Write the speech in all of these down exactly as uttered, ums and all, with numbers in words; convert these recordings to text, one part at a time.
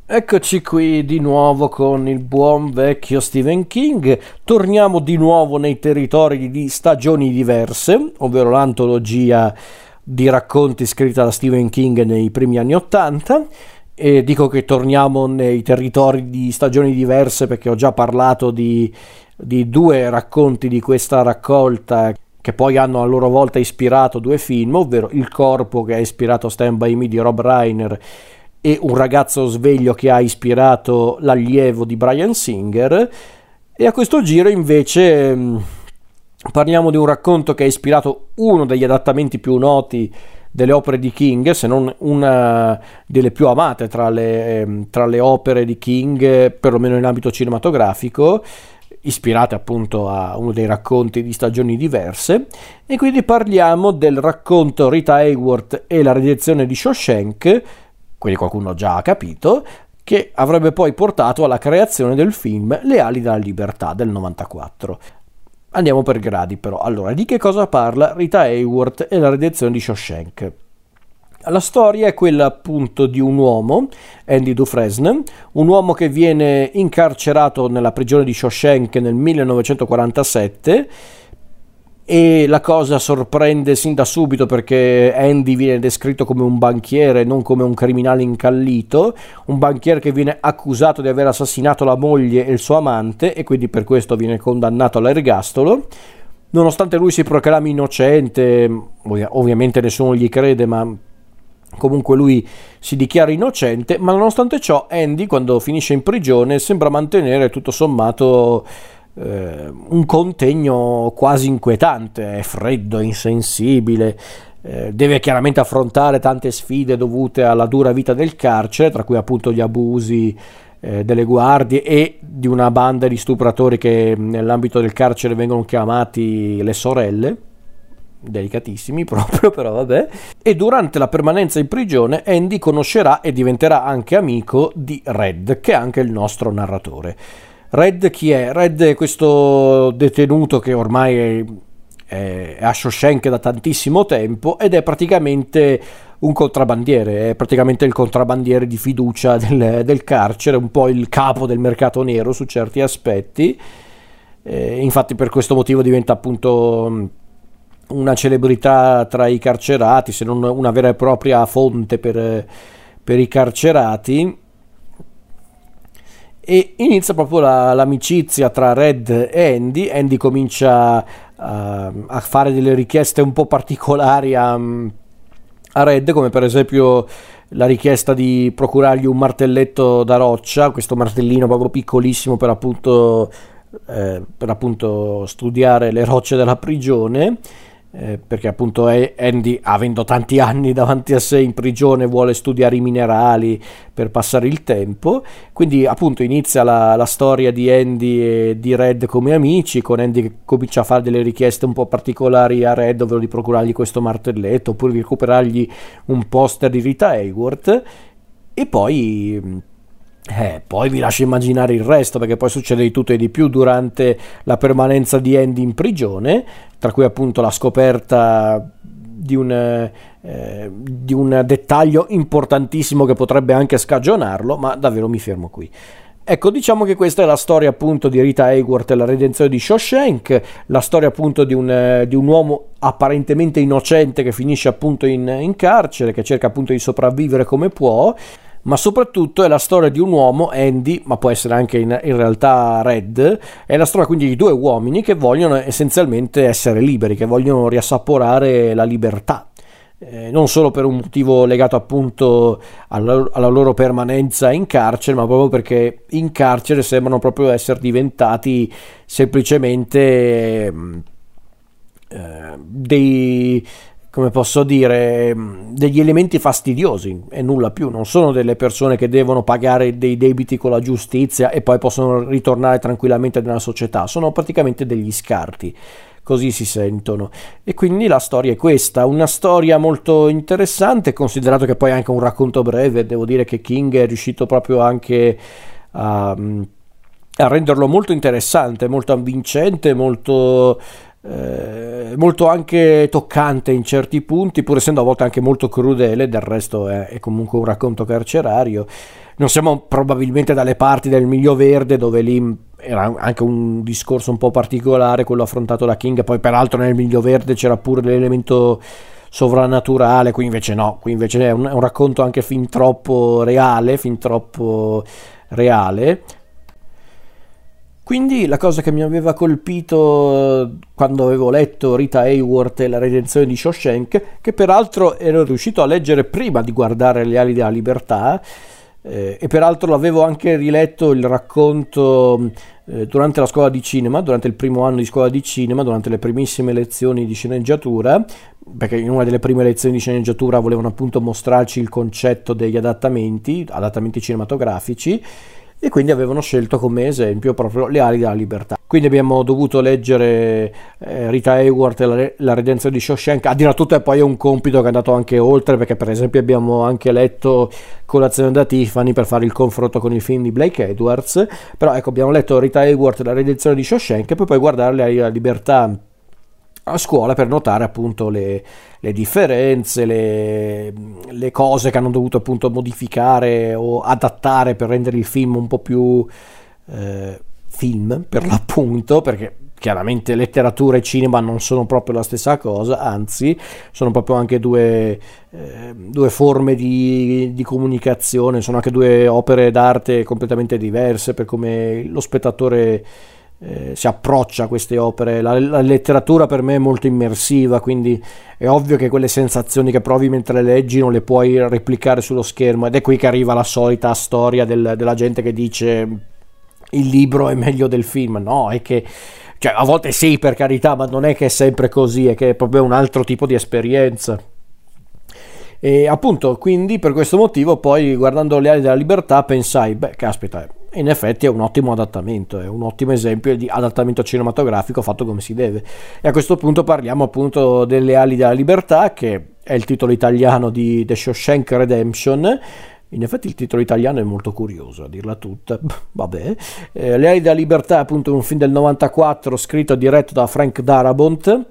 Eccoci qui di nuovo con il buon vecchio Stephen King. Torniamo di nuovo nei territori di Stagioni diverse, ovvero l'antologia di racconti scritta da Stephen King nei primi anni Ottanta. E dico che torniamo nei territori di Stagioni diverse perché ho già parlato di, di due racconti di questa raccolta che poi hanno a loro volta ispirato due film, ovvero Il corpo, che ha ispirato Stand By Me di Rob Reiner, e Un ragazzo sveglio, che ha ispirato L'allievo di Bryan Singer. E a questo giro invece mh, parliamo di un racconto che ha ispirato uno degli adattamenti più noti delle opere di King, se non una delle più amate tra le, eh, tra le opere di King, perlomeno in ambito cinematografico, ispirate appunto a uno dei racconti di Stagioni diverse. E quindi parliamo del racconto Rita Hayworth e la redenzione di Shawshank, quindi qualcuno già ha capito, che avrebbe poi portato alla creazione del film Le ali della libertà del novantaquattro. Andiamo per gradi però. Allora, di che cosa parla Rita Hayworth e la redenzione di Shawshank? La storia è quella appunto di un uomo, Andy Dufresne, un uomo che viene incarcerato nella prigione di Shawshank nel millenovecentoquarantasette. E la cosa sorprende sin da subito perché Andy viene descritto come un banchiere, non come un criminale incallito, un banchiere che viene accusato di aver assassinato la moglie e il suo amante e quindi per questo viene condannato all'ergastolo. Nonostante lui si proclami innocente, ov- ovviamente nessuno gli crede, ma comunque lui si dichiara innocente, ma nonostante ciò Andy, quando finisce in prigione, sembra mantenere tutto sommato Uh, un contegno quasi inquietante. È freddo, insensibile, uh, deve chiaramente affrontare tante sfide dovute alla dura vita del carcere, tra cui appunto gli abusi uh, delle guardie e di una banda di stupratori che nell'ambito del carcere vengono chiamati le sorelle, delicatissimi proprio, però vabbè. E durante la permanenza in prigione Andy conoscerà e diventerà anche amico di Red, che è anche il nostro narratore. Red chi è? Red è questo detenuto che ormai è, è, è a Shawshank da tantissimo tempo ed è praticamente un contrabbandiere, è praticamente il contrabbandiere di fiducia del, del carcere, un po' il capo del mercato nero su certi aspetti. Eh, infatti per questo motivo diventa appunto una celebrità tra i carcerati, se non una vera e propria fonte per, per i carcerati. E inizia proprio la, l'amicizia tra Red e Andy. Andy comincia uh, a fare delle richieste un po' particolari a, a Red, come per esempio la richiesta di procurargli un martelletto da roccia, questo martellino proprio piccolissimo per appunto, eh, per appunto studiare le rocce della prigione. Eh, perché appunto Andy, avendo tanti anni davanti a sé in prigione, vuole studiare i minerali per passare il tempo. Quindi appunto inizia la, la storia di Andy e di Red come amici, con Andy che comincia a fare delle richieste un po' particolari a Red, ovvero di procurargli questo martelletto oppure di recuperargli un poster di Rita Hayworth. E poi Eh, poi vi lascio immaginare il resto, perché poi succede di tutto e di più durante la permanenza di Andy in prigione, tra cui appunto la scoperta di un, eh, di un dettaglio importantissimo che potrebbe anche scagionarlo, ma davvero mi fermo qui. Ecco, diciamo che questa è la storia appunto di Rita Hayworth e la redenzione di Shawshank, la storia appunto di un, di un uomo apparentemente innocente che finisce appunto in, in carcere, che cerca appunto di sopravvivere come può. Ma soprattutto è la storia di un uomo, Andy, ma può essere anche in, in realtà Red, è la storia quindi di due uomini che vogliono essenzialmente essere liberi, che vogliono riassaporare la libertà, eh, non solo per un motivo legato appunto alla, alla loro permanenza in carcere, ma proprio perché in carcere sembrano proprio essere diventati semplicemente eh, dei... come posso dire, degli elementi fastidiosi e nulla più. Non sono delle persone che devono pagare dei debiti con la giustizia e poi possono ritornare tranquillamente nella società, sono praticamente degli scarti, così si sentono. E quindi la storia è questa, una storia molto interessante, considerato che poi è anche un racconto breve. Devo dire che King è riuscito proprio anche a, a renderlo molto interessante, molto avvincente, molto eh, molto anche toccante in certi punti, pur essendo a volte anche molto crudele. Del resto è, è comunque un racconto carcerario. Non siamo probabilmente dalle parti del Miglio Verde, dove lì era anche un discorso un po' particolare quello affrontato da King. Poi peraltro nel Miglio Verde c'era pure l'elemento sovrannaturale, qui invece no, qui invece è un, è un racconto anche fin troppo reale, fin troppo reale. Quindi la cosa che mi aveva colpito quando avevo letto Rita Hayworth e la redenzione di Shawshank, che peraltro ero riuscito a leggere prima di guardare Le ali della libertà, eh, e peraltro l'avevo anche riletto il racconto eh, durante la scuola di cinema, durante il primo anno di scuola di cinema, durante le primissime lezioni di sceneggiatura, perché in una delle prime lezioni di sceneggiatura volevano appunto mostrarci il concetto degli adattamenti, adattamenti cinematografici, e quindi avevano scelto come esempio proprio Le ali della libertà. Quindi abbiamo dovuto leggere eh, Rita Hayworth e la, la redenzione di Shawshank. A dire tutto, e poi è un compito che è andato anche oltre, perché per esempio abbiamo anche letto Colazione da Tiffany per fare il confronto con il film di Blake Edwards. Però ecco, abbiamo letto Rita Hayworth e la redenzione di Shawshank e poi poi guardare Le ali della libertà a scuola per notare appunto le, le differenze, le, le cose che hanno dovuto appunto modificare o adattare per rendere il film un po' più eh, film per l'appunto, perché chiaramente letteratura e cinema non sono proprio la stessa cosa, anzi sono proprio anche due, eh, due forme di, di comunicazione, sono anche due opere d'arte completamente diverse per come lo spettatore Eh, si approccia a queste opere. La, la letteratura per me è molto immersiva, quindi è ovvio che quelle sensazioni che provi mentre leggi non le puoi replicare sullo schermo, ed è qui che arriva la solita storia del, della gente che dice il libro è meglio del film. No, è che cioè, a volte sì, per carità, ma non è che è sempre così, è che è proprio un altro tipo di esperienza. E appunto, quindi per questo motivo poi guardando Le ali della libertà pensai, beh, caspita, in effetti è un ottimo adattamento, è un ottimo esempio di adattamento cinematografico fatto come si deve. E a questo punto parliamo appunto delle ali della libertà, che è il titolo italiano di The Shawshank Redemption. In effetti il titolo italiano è molto curioso, a dirla tutta. Vabbè. Eh, Le ali della libertà è appunto un film del novantaquattro scritto e diretto da Frank Darabont,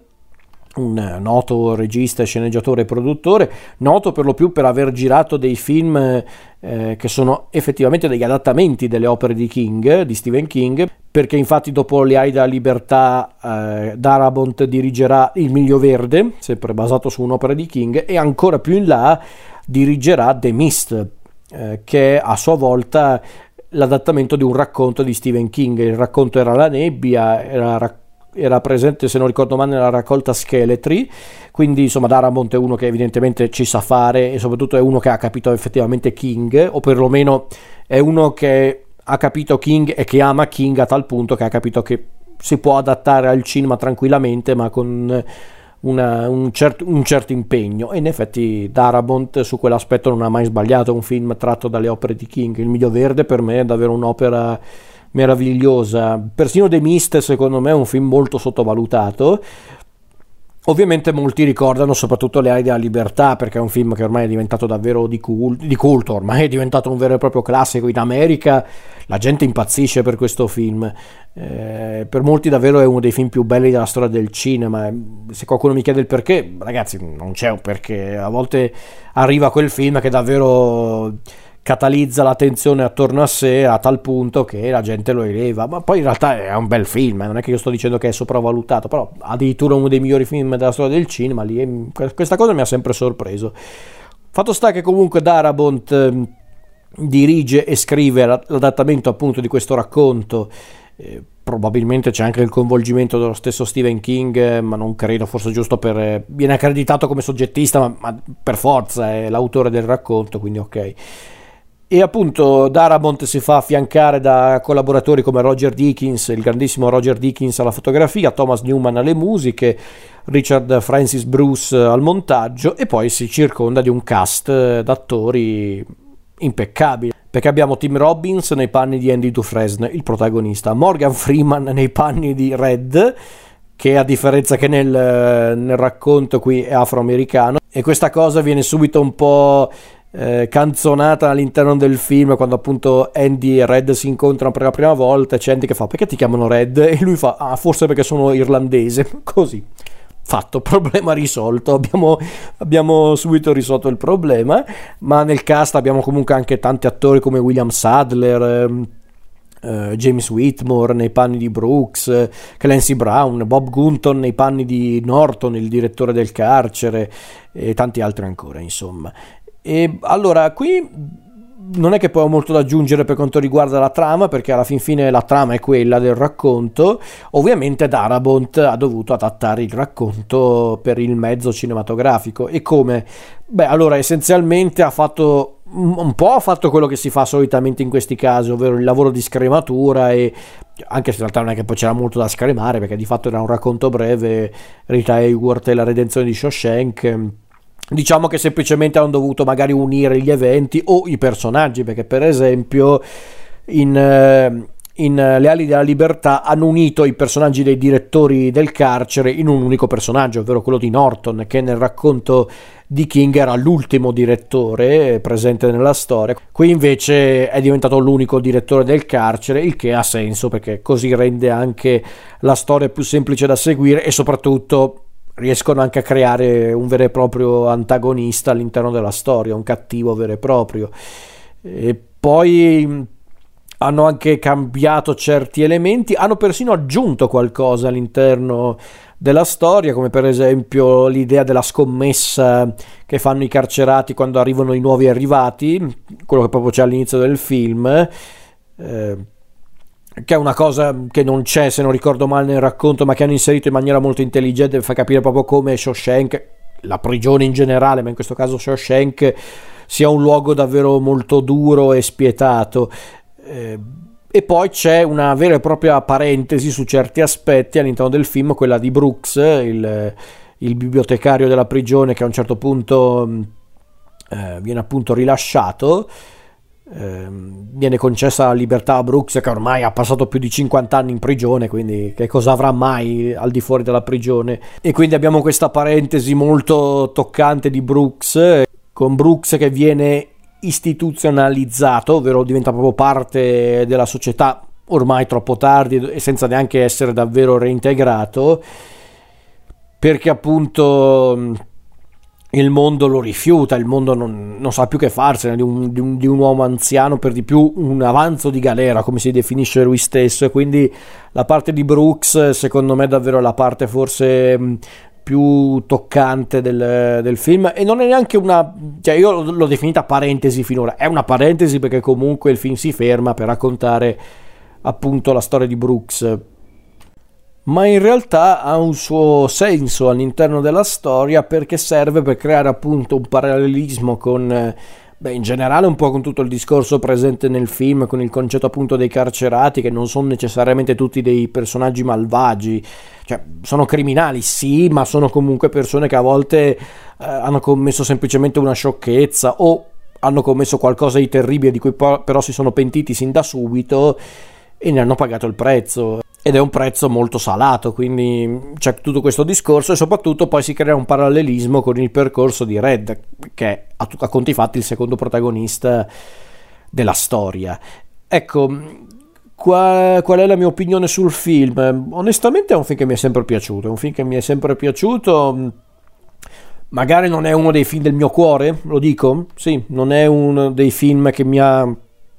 un noto regista, sceneggiatore e produttore, noto per lo più per aver girato dei film eh, che sono effettivamente degli adattamenti delle opere di King, di Stephen King, perché infatti dopo Le ali della libertà eh, Darabont dirigerà Il Miglio Verde, sempre basato su un'opera di King, e ancora più in là dirigerà The Mist, eh, che è a sua volta l'adattamento di un racconto di Stephen King. Il racconto era La nebbia, era racconto era presente, se non ricordo male, nella raccolta Scheletri, quindi insomma Darabont è uno che evidentemente ci sa fare e soprattutto è uno che ha capito effettivamente King, o perlomeno è uno che ha capito King e che ama King a tal punto che ha capito che si può adattare al cinema tranquillamente, ma con una, un, certo, un certo impegno. E in effetti Darabont su quell'aspetto non ha mai sbagliato. Un film tratto dalle opere di King, Il Miglio Verde, per me è davvero un'opera meravigliosa. Persino The Mist secondo me è un film molto sottovalutato. Ovviamente molti ricordano soprattutto Le ali della libertà, perché è un film che ormai è diventato davvero di, cult- di culto, ormai è diventato un vero e proprio classico. In America la gente impazzisce per questo film, eh, per molti davvero è uno dei film più belli della storia del cinema. Se qualcuno mi chiede il perché, ragazzi, non c'è un perché. A volte arriva quel film che davvero catalizza l'attenzione attorno a sé a tal punto che la gente lo eleva, ma poi in realtà è un bel film, eh? Non è che io sto dicendo che è sopravvalutato, però addirittura uno dei migliori film della storia del cinema. Lì è... questa cosa mi ha sempre sorpreso. Fatto sta che comunque Darabont eh, dirige e scrive l'adattamento appunto di questo racconto. Eh, probabilmente c'è anche il coinvolgimento dello stesso Stephen King, eh, ma non credo, forse giusto per eh, viene accreditato come soggettista, ma, ma per forza è l'autore del racconto, quindi ok. E appunto Darabont si fa affiancare da collaboratori come Roger Deakins, il grandissimo Roger Deakins alla fotografia, Thomas Newman alle musiche, Richard Francis Bruce al montaggio, e poi si circonda di un cast d'attori impeccabile, perché abbiamo Tim Robbins nei panni di Andy Dufresne, il protagonista, Morgan Freeman nei panni di Red, che a differenza che nel, nel racconto qui è afroamericano, e questa cosa viene subito un po' eh, canzonata all'interno del film, quando appunto Andy e Red si incontrano per la prima volta, c'è Andy che fa: perché ti chiamano Red? E lui fa: ah, forse perché sono irlandese. Così, fatto, problema risolto, abbiamo, abbiamo subito risolto il problema. Ma nel cast abbiamo comunque anche tanti attori come William Sadler, Uh, James Whitmore nei panni di Brooks, uh, Clancy Brown, Bob Gunton nei panni di Norton, il direttore del carcere, e tanti altri ancora, insomma. E allora qui non è che poi ho molto da aggiungere per quanto riguarda la trama, perché alla fin fine la trama è quella del racconto. Ovviamente Darabont ha dovuto adattare il racconto per il mezzo cinematografico. E come? Beh, allora essenzialmente ha fatto un po' ha fatto quello che si fa solitamente in questi casi, ovvero il lavoro di scrematura, e anche se in realtà non è che poi c'era molto da scremare, perché di fatto era un racconto breve, Rita Hayworth e la redenzione di Shawshank. Diciamo che semplicemente hanno dovuto magari unire gli eventi o i personaggi, perché per esempio in, in Le ali della libertà hanno unito i personaggi dei direttori del carcere in un unico personaggio, ovvero quello di Norton, che nel racconto di King era l'ultimo direttore presente nella storia. Qui invece è diventato l'unico direttore del carcere, il che ha senso, perché così rende anche la storia più semplice da seguire, e soprattutto riescono anche a creare un vero e proprio antagonista all'interno della storia, un cattivo vero e proprio. E poi hanno anche cambiato certi elementi, hanno persino aggiunto qualcosa all'interno della storia, come per esempio l'idea della scommessa che fanno i carcerati quando arrivano i nuovi arrivati, quello che proprio c'è all'inizio del film, eh, che è una cosa che non c'è, se non ricordo male, nel racconto, ma che hanno inserito in maniera molto intelligente, per far capire proprio come Shawshank, la prigione in generale, ma in questo caso Shawshank, sia un luogo davvero molto duro e spietato. Eh, e poi c'è una vera e propria parentesi su certi aspetti all'interno del film, quella di Brooks, il, il bibliotecario della prigione, che a un certo punto eh, viene appunto rilasciato. Eh, viene concessa la libertà a Brooks, che ormai ha passato più di cinquanta anni in prigione, quindi che cosa avrà mai al di fuori della prigione? E quindi abbiamo questa parentesi molto toccante di Brooks, con Brooks che viene istituzionalizzato, ovvero diventa proprio parte della società ormai troppo tardi e senza neanche essere davvero reintegrato, perché appunto il mondo lo rifiuta, il mondo non, non sa più che farsene di un, di, un, di un uomo anziano, per di più un avanzo di galera, come si definisce lui stesso. E quindi la parte di Brooks, secondo me, è davvero la parte forse più toccante del, del film, e non è neanche una, cioè io l'ho definita parentesi finora, è una parentesi perché comunque il film si ferma per raccontare appunto la storia di Brooks, ma in realtà ha un suo senso all'interno della storia, perché serve per creare appunto un parallelismo con, beh, in generale un po' con tutto il discorso presente nel film, con il concetto appunto dei carcerati, che non sono necessariamente tutti dei personaggi malvagi, cioè sono criminali sì, ma sono comunque persone che a volte eh, hanno commesso semplicemente una sciocchezza, o hanno commesso qualcosa di terribile di cui po- però si sono pentiti sin da subito e ne hanno pagato il prezzo, ed è un prezzo molto salato. Quindi c'è tutto questo discorso, e soprattutto poi si crea un parallelismo con il percorso di Red, che è a, a conti fatti il secondo protagonista della storia. Ecco, qual, qual è la mia opinione sul film? Onestamente è un film che mi è sempre piaciuto, è un film che mi è sempre piaciuto. Magari non è uno dei film del mio cuore, lo dico, sì, non è uno dei film che mi ha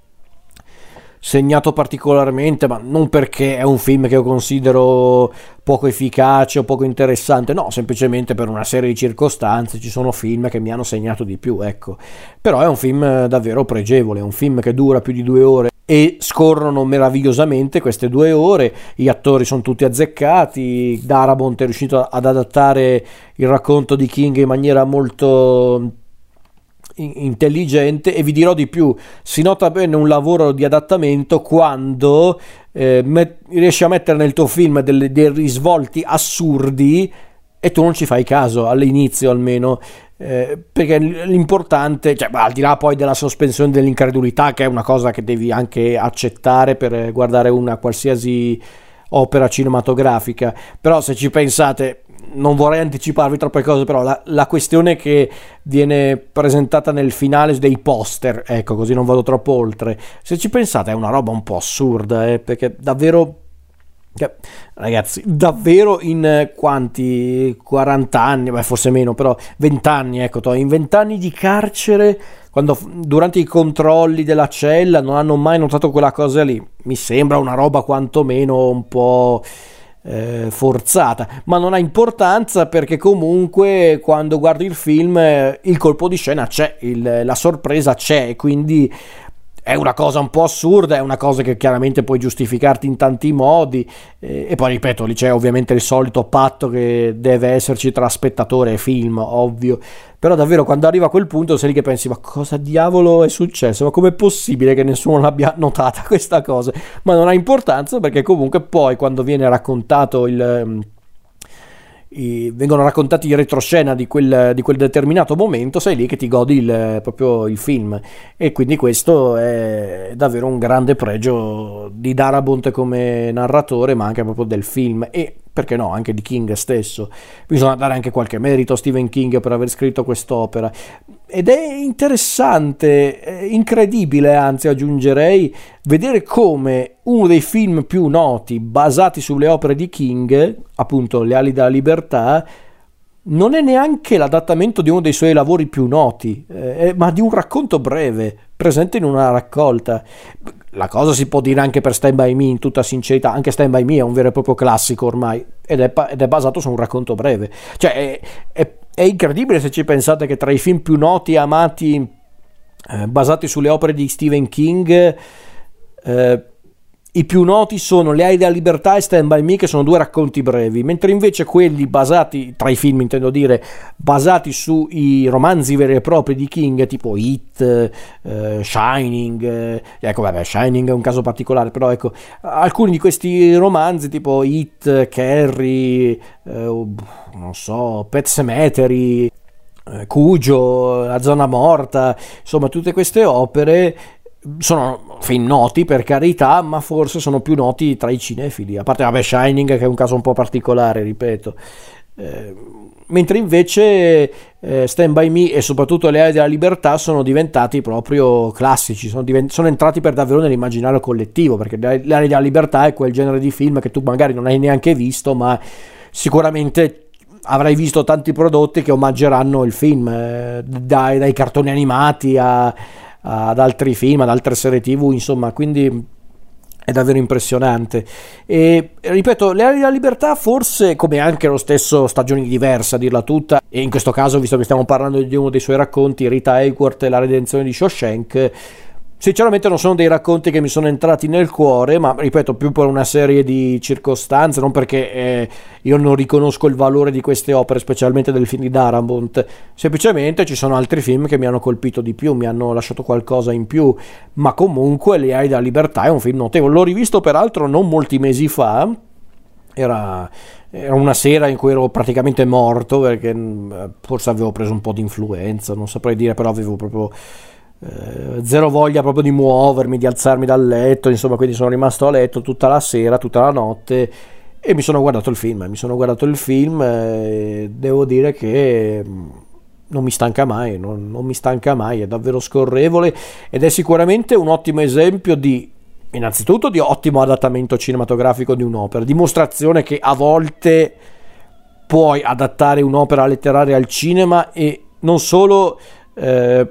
segnato particolarmente, ma non perché è un film che io considero poco efficace o poco interessante, no, semplicemente per una serie di circostanze. Ci sono film che mi hanno segnato di più, ecco. Però è un film davvero pregevole, è un film che dura più di due ore e scorrono meravigliosamente queste due ore, gli attori sono tutti azzeccati, Darabont è riuscito ad adattare il racconto di King in maniera molto intelligente, e vi dirò di più, si nota bene un lavoro di adattamento quando eh, met- riesci a mettere nel tuo film delle, dei risvolti assurdi e tu non ci fai caso all'inizio, almeno, eh, perché l'importante, cioè, al di là poi della sospensione dell'incredulità, che è una cosa che devi anche accettare per guardare una qualsiasi opera cinematografica, però se ci pensate non vorrei anticiparvi troppe cose, però la, la questione che viene presentata nel finale dei poster, ecco, così non vado troppo oltre, se ci pensate è una roba un po' assurda, eh, perché davvero, ragazzi, davvero in quanti quaranta anni, beh forse meno, però venti anni, ecco, in venti anni di carcere, quando durante i controlli della cella non hanno mai notato quella cosa lì, mi sembra una roba quantomeno un po' eh, forzata, ma non ha importanza, perché comunque quando guardi il film eh, il colpo di scena c'è, il, la sorpresa c'è, quindi è una cosa un po' assurda, è una cosa che chiaramente puoi giustificarti in tanti modi, eh, e poi ripeto, lì c'è ovviamente il solito patto che deve esserci tra spettatore e film, ovvio, però davvero quando arriva a quel punto sei lì che pensi: ma cosa diavolo è successo? Ma com'è possibile che nessuno l'abbia notata questa cosa? Ma non ha importanza, perché comunque poi quando viene raccontato il... I, vengono raccontati in retroscena di quel, di quel determinato momento, sei lì che ti godi il, proprio il film, e quindi questo è davvero un grande pregio di Darabont come narratore, ma anche proprio del film, e perché no, anche di King stesso. Bisogna dare anche qualche merito a Stephen King per aver scritto quest'opera, ed è interessante, è incredibile, anzi aggiungerei, vedere come uno dei film più noti basati sulle opere di King, appunto Le ali della libertà, non è neanche l'adattamento di uno dei suoi lavori più noti, eh, ma di un racconto breve presente in una raccolta. La cosa si può dire anche per Stand By Me, in tutta sincerità. Anche Stand By Me è un vero e proprio classico ormai, ed è, ed è basato su un racconto breve. Cioè è, è, è incredibile se ci pensate che tra i film più noti e amati eh, basati sulle opere di Stephen King, eh, i più noti sono Le ali della libertà e Stand By Me, che sono due racconti brevi, mentre invece quelli basati, tra i film intendo dire, basati sui romanzi veri e propri di King, tipo It, eh, Shining, eh, ecco vabbè, Shining è un caso particolare, però ecco, alcuni di questi romanzi tipo It, Carrie, eh, non so, Pet Sematary, eh, Cujo, La zona morta, insomma tutte queste opere sono film noti, per carità, ma forse sono più noti tra i cinefili, a parte vabbè Shining, che è un caso un po' particolare, ripeto, eh, mentre invece eh, Stand By Me e soprattutto Le ali della libertà sono diventati proprio classici, sono, divent- sono entrati per davvero nell'immaginario collettivo, perché Le ali della libertà è quel genere di film che tu magari non hai neanche visto, ma sicuramente avrai visto tanti prodotti che omaggeranno il film, eh, dai, dai cartoni animati a ad altri film, ad altre serie tv, insomma, quindi è davvero impressionante. E ripeto, Le ali della libertà, forse come anche lo stesso Stagioni diverse, a dirla tutta, e in questo caso, visto che stiamo parlando di uno dei suoi racconti, Rita Hayworth e la redenzione di Shawshank, sinceramente non sono dei racconti che mi sono entrati nel cuore, ma ripeto, più per una serie di circostanze, non perché eh, io non riconosco il valore di queste opere, specialmente del film di Darabont, semplicemente ci sono altri film che mi hanno colpito di più, mi hanno lasciato qualcosa in più, ma comunque Le ali della libertà è un film notevole. L'ho rivisto peraltro non molti mesi fa, era... Era una sera in cui ero praticamente morto, perché forse avevo preso un po' di influenza, non saprei dire, però avevo proprio eh, zero voglia proprio di muovermi, di alzarmi dal letto, insomma, quindi sono rimasto a letto tutta la sera, tutta la notte, e mi sono guardato il film, mi sono guardato il film e devo dire che non mi stanca mai, non, non mi stanca mai, è davvero scorrevole, ed è sicuramente un ottimo esempio di, innanzitutto, di ottimo adattamento cinematografico di un'opera, dimostrazione che a volte puoi adattare un'opera letteraria al cinema e non solo eh,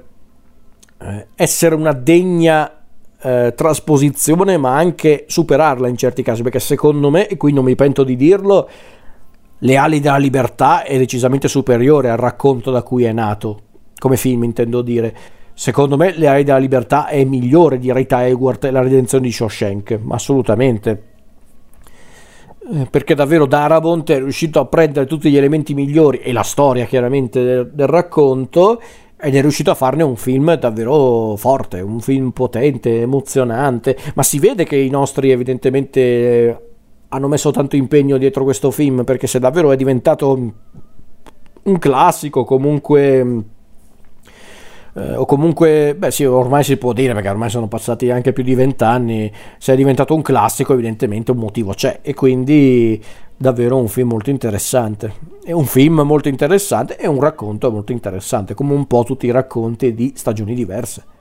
essere una degna eh, trasposizione, ma anche superarla in certi casi, perché secondo me, e qui non mi pento di dirlo, Le ali della libertà è decisamente superiore al racconto da cui è nato, come film intendo dire. Secondo me Le ali della libertà è migliore di Rita Hayworth e la redenzione di Shawshank, assolutamente, perché davvero Darabont è riuscito a prendere tutti gli elementi migliori e la storia chiaramente del, del racconto, ed è riuscito a farne un film davvero forte, un film potente, emozionante, ma si vede che i nostri evidentemente hanno messo tanto impegno dietro questo film, perché se davvero è diventato un classico, comunque Eh, o comunque, beh sì, ormai si può dire, perché ormai sono passati anche più di vent'anni, se è diventato un classico evidentemente un motivo c'è, e quindi davvero un film molto interessante. È un film molto interessante e un racconto molto interessante, come un po' tutti i racconti di Stagioni Diverse.